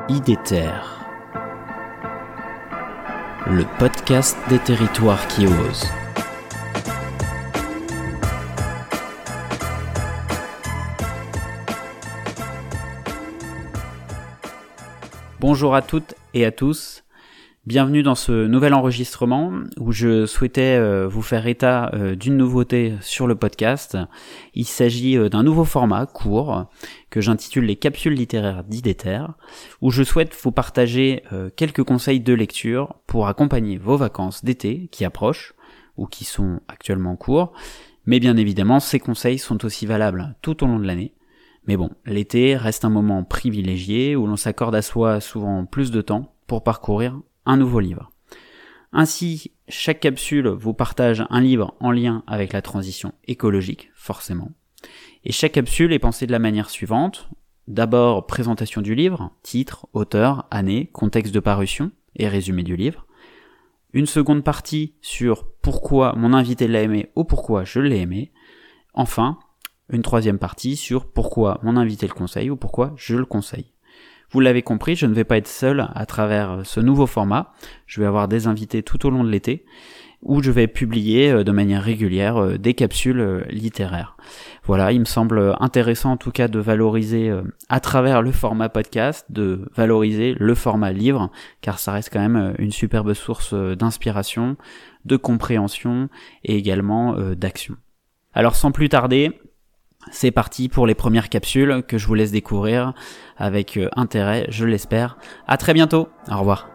IDETER, le podcast des territoires qui osent. Bonjour à toutes et à tous, bienvenue dans ce nouvel enregistrement où je souhaitais vous faire état d'une nouveauté sur le podcast. Il s'agit d'un nouveau format court que j'intitule les capsules littéraires d'IDETER, où je souhaite vous partager quelques conseils de lecture pour accompagner vos vacances d'été qui approchent ou qui sont actuellement en cours. Mais bien évidemment, ces conseils sont aussi valables tout au long de l'année. Mais bon, l'été reste un moment privilégié où l'on s'accorde à soi souvent plus de temps pour parcourir un nouveau livre. Ainsi, chaque capsule vous partage un livre en lien avec la transition écologique, forcément. Et chaque capsule est pensée de la manière suivante. D'abord, présentation du livre, titre, auteur, année, contexte de parution et résumé du livre. Une seconde partie sur pourquoi mon invité l'a aimé ou pourquoi je l'ai aimé. Enfin, une troisième partie sur pourquoi mon invité le conseille ou pourquoi je le conseille. Vous l'avez compris, je ne vais pas être seul à travers ce nouveau format. Je vais avoir des invités tout au long de l'été où je vais publier de manière régulière des capsules littéraires. Voilà, il me semble intéressant en tout cas de valoriser à travers le format podcast, de valoriser le format livre, car ça reste quand même une superbe source d'inspiration, de compréhension et également d'action. Alors sans plus tarder, c'est parti pour les premières capsules que je vous laisse découvrir avec intérêt, je l'espère. À très bientôt, au revoir.